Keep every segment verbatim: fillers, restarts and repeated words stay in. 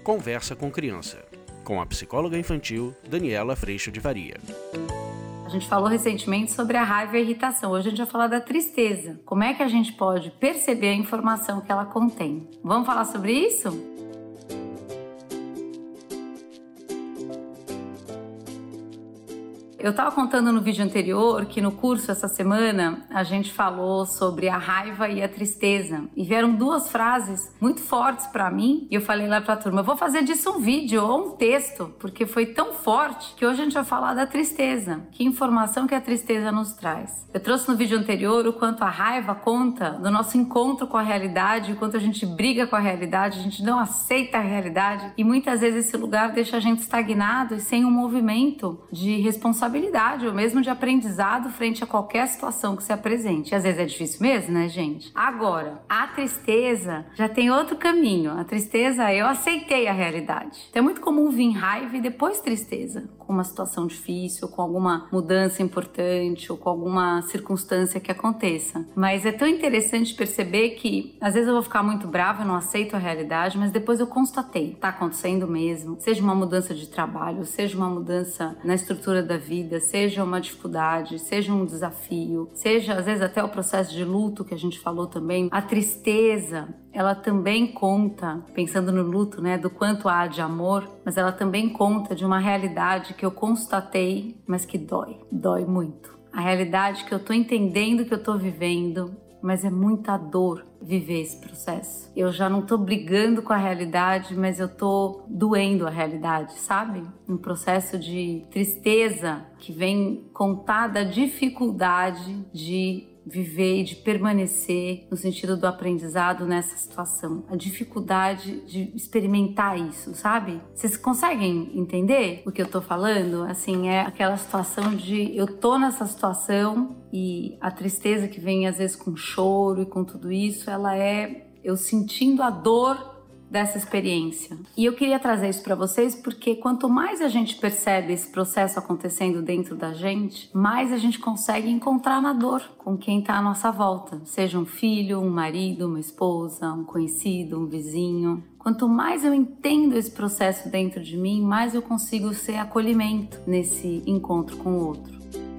Conversa com Criança, com a psicóloga infantil Daniela Freixo de Varia. A gente falou recentemente sobre a raiva e a irritação. Hoje a gente vai falar da tristeza. Como é que a gente pode perceber a informação que ela contém? Vamos falar sobre isso? Eu estava contando no vídeo anterior que no curso essa semana a gente falou sobre a raiva e a tristeza e vieram duas frases muito fortes para mim e eu falei lá para a turma, eu vou fazer disso um vídeo ou um texto, porque foi tão forte que hoje a gente vai falar da tristeza. Que informação que a tristeza nos traz. Eu trouxe no vídeo anterior o quanto a raiva conta do nosso encontro com a realidade, o quanto a gente briga com a realidade, a gente não aceita a realidade e muitas vezes esse lugar deixa a gente estagnado e sem um movimento de responsabilidade ou mesmo de aprendizado frente a qualquer situação que se apresente. E às vezes é difícil mesmo, né, gente? Agora, a tristeza já tem outro caminho. A tristeza, eu aceitei a realidade. Então é muito comum vir raiva e depois tristeza, com uma situação difícil, com alguma mudança importante ou com alguma circunstância que aconteça. Mas é tão interessante perceber que às vezes eu vou ficar muito brava, eu não aceito a realidade, mas depois eu constatei, tá acontecendo mesmo. Seja uma mudança de trabalho, seja uma mudança na estrutura da vida, seja uma dificuldade, seja um desafio, seja às vezes até o processo de luto que a gente falou também. A tristeza, ela também conta, pensando no luto, né, do quanto há de amor, mas ela também conta de uma realidade que eu constatei, mas que dói, dói muito. A realidade que eu tô entendendo que eu tô vivendo, mas é muita dor viver esse processo. Eu já não tô brigando com a realidade, mas eu tô doendo a realidade, sabe? Um processo de tristeza que vem contar da dificuldade de viver e de permanecer no sentido do aprendizado nessa situação. A dificuldade de experimentar isso, sabe? Vocês conseguem entender o que eu tô falando? Assim, é aquela situação de eu tô nessa situação e a tristeza que vem às vezes com choro e com tudo isso, ela é eu sentindo a dor dessa experiência. E eu queria trazer isso para vocês porque quanto mais a gente percebe esse processo acontecendo dentro da gente, mais a gente consegue encontrar na dor com quem está à nossa volta. Seja um filho, um marido, uma esposa, um conhecido, um vizinho. Quanto mais eu entendo esse processo dentro de mim, mais eu consigo ser acolhimento nesse encontro com o outro.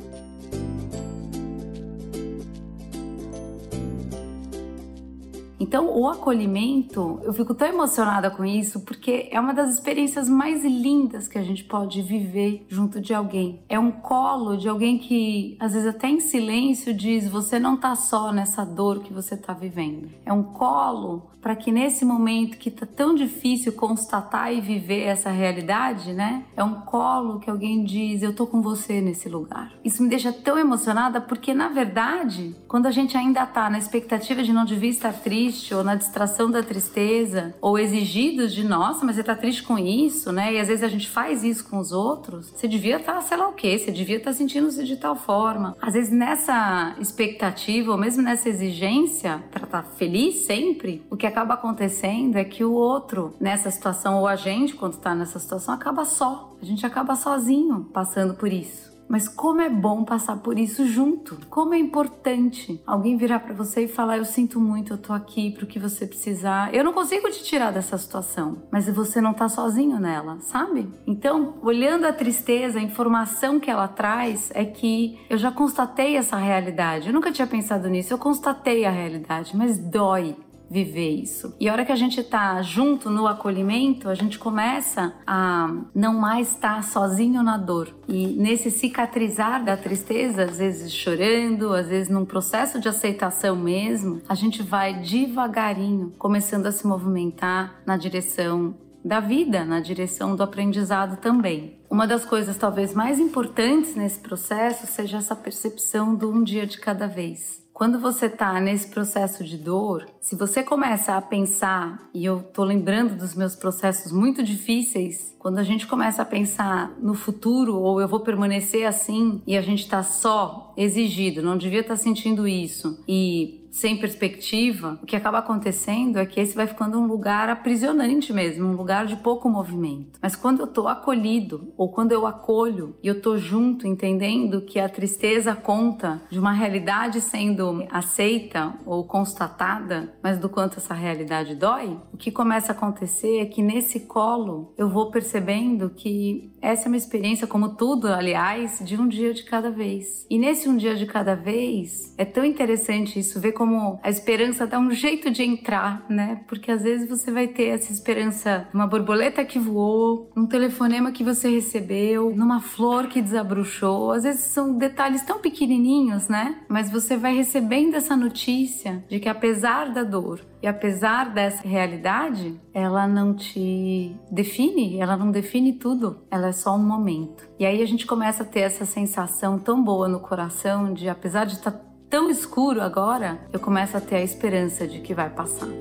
Então, o acolhimento, eu fico tão emocionada com isso, porque é uma das experiências mais lindas que a gente pode viver junto de alguém. É um colo de alguém que, às vezes até em silêncio, diz, você não tá só nessa dor que você tá vivendo. É um colo para que nesse momento que tá tão difícil constatar e viver essa realidade, né? É um colo que alguém diz, eu tô com você nesse lugar. Isso me deixa tão emocionada porque, na verdade, quando a gente ainda tá na expectativa de não devia estar triste, ou na distração da tristeza, ou exigidos de, nossa, mas você tá triste com isso, né? E às vezes a gente faz isso com os outros. Você devia estar, sei lá o quê, você devia estar sentindo-se de tal forma. Às vezes nessa expectativa, ou mesmo nessa exigência, pra estar feliz sempre, o que acaba acontecendo é que o outro, nessa situação, ou a gente, quando tá nessa situação, acaba só. A gente acaba sozinho passando por isso. Mas como é bom passar por isso junto. Como é importante alguém virar pra você e falar, eu sinto muito, eu tô aqui pro que você precisar. Eu não consigo te tirar dessa situação, mas você não tá sozinho nela, sabe? Então, olhando a tristeza, a informação que ela traz é que eu já constatei essa realidade. Eu nunca tinha pensado nisso, eu constatei a realidade, mas dói viver isso. E a hora que a gente tá junto no acolhimento, a gente começa a não mais estar sozinho na dor. E nesse cicatrizar da tristeza, às vezes chorando, às vezes num processo de aceitação mesmo, a gente vai devagarinho começando a se movimentar na direção da vida, na direção do aprendizado também. Uma das coisas talvez mais importantes nesse processo seja essa percepção do um dia de cada vez. Quando você está nesse processo de dor, se você começa a pensar, e eu tô lembrando dos meus processos muito difíceis, quando a gente começa a pensar no futuro, ou eu vou permanecer assim, e a gente está só exigido, não devia estar sentindo isso, e sem perspectiva, o que acaba acontecendo é que esse vai ficando um lugar aprisionante mesmo, um lugar de pouco movimento. Mas quando eu tô acolhido, ou quando eu acolho e eu tô junto, entendendo que a tristeza conta de uma realidade sendo aceita ou constatada, mas do quanto essa realidade dói, o que começa a acontecer é que nesse colo eu vou percebendo que essa é uma experiência, como tudo, aliás, de um dia de cada vez. E nesse um dia de cada vez, é tão interessante isso, ver como a esperança dá um jeito de entrar, né? Porque às vezes você vai ter essa esperança numa borboleta que voou, num telefonema que você recebeu, numa flor que desabrochou. Às vezes são detalhes tão pequenininhos, né? Mas você vai recebendo essa notícia de que apesar da dor e apesar dessa realidade, ela não te define, ela não define tudo, ela é só um momento. E aí a gente começa a ter essa sensação tão boa no coração de, apesar de estar tão escuro agora, eu começo a ter a esperança de que vai passar.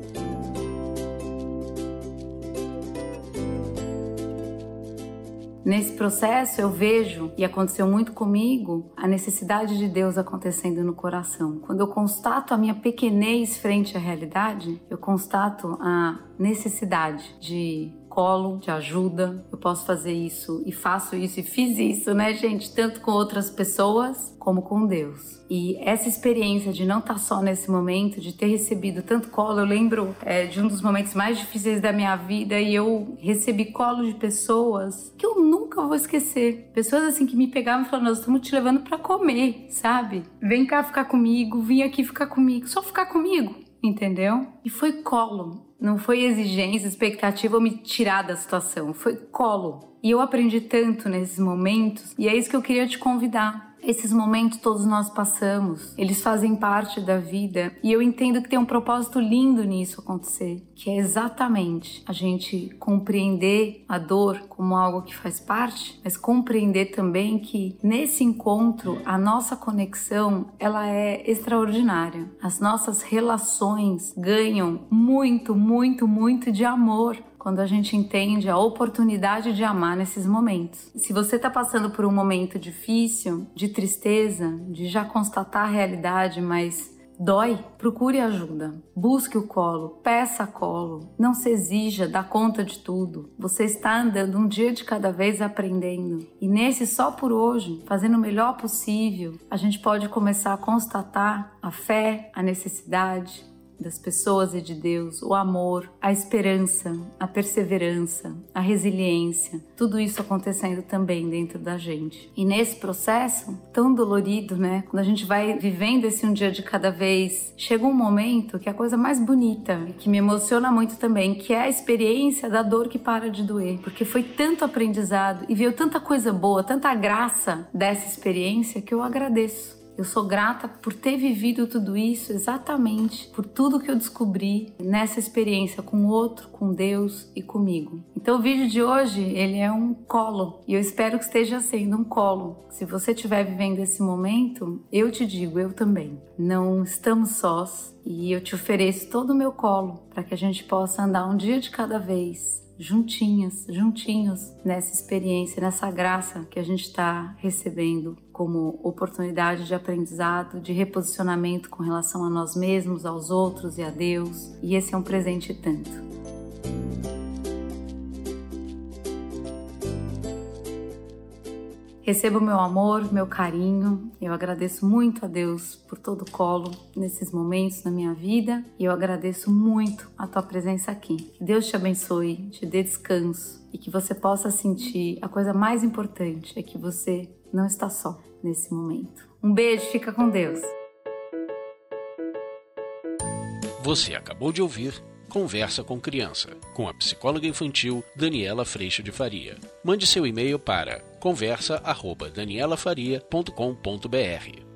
Nesse processo eu vejo, e aconteceu muito comigo, a necessidade de Deus acontecendo no coração. Quando eu constato a minha pequenez frente à realidade, eu constato a necessidade de colo, de ajuda. Eu posso fazer isso e faço isso e fiz isso, né, gente? Tanto com outras pessoas como com Deus. E essa experiência de não estar só nesse momento, de ter recebido tanto colo, eu lembro é, de um dos momentos mais difíceis da minha vida e eu recebi colo de pessoas que eu nunca vou esquecer. Pessoas assim que me pegavam e falavam, nós estamos te levando pra comer, sabe? Vem cá ficar comigo, vem aqui ficar comigo, só ficar comigo, entendeu? E foi colo. Não foi exigência, expectativa ou me tirar da situação. Foi colo. E eu aprendi tanto nesses momentos. E é isso que eu queria te convidar. Esses momentos todos nós passamos. Eles fazem parte da vida. E eu entendo que tem um propósito lindo nisso acontecer. Que é exatamente a gente compreender a dor como algo que faz parte. Mas compreender também que nesse encontro a nossa conexão ela é extraordinária. As nossas relações ganham muito, muito, muito de amor quando a gente entende a oportunidade de amar nesses momentos. Se você está passando por um momento difícil, de tristeza, de já constatar a realidade, mas dói, procure ajuda. Busque o colo, peça colo. Não se exija dar conta de tudo. Você está andando um dia de cada vez aprendendo. E nesse só por hoje, fazendo o melhor possível, a gente pode começar a constatar a fé, a necessidade das pessoas e de Deus, o amor, a esperança, a perseverança, a resiliência, tudo isso acontecendo também dentro da gente. E nesse processo tão dolorido, né, quando a gente vai vivendo esse um dia de cada vez, chega um momento que é a coisa mais bonita, que me emociona muito também, que é a experiência da dor que para de doer, porque foi tanto aprendizado e veio tanta coisa boa, tanta graça dessa experiência que eu agradeço. Eu sou grata por ter vivido tudo isso exatamente, por tudo que eu descobri nessa experiência com o outro, com Deus e comigo. Então o vídeo de hoje, ele é um colo e eu espero que esteja sendo um colo. Se você estiver vivendo esse momento, eu te digo, eu também. Não estamos sós e eu te ofereço todo o meu colo para que a gente possa andar um dia de cada vez, juntinhas, juntinhos nessa experiência, nessa graça que a gente está recebendo como oportunidade de aprendizado, de reposicionamento com relação a nós mesmos, aos outros e a Deus. E esse é um presente tanto. Receba o meu amor, meu carinho. Eu agradeço muito a Deus por todo o colo nesses momentos na minha vida. E eu agradeço muito a tua presença aqui. Que Deus te abençoe, te dê descanso e que você possa sentir a coisa mais importante é que você não está só nesse momento. Um beijo, fica com Deus. Você acabou de ouvir Conversa com Criança, com a psicóloga infantil Daniela Freixo de Faria. Mande seu e-mail para conversa arroba daniela faria ponto com ponto br.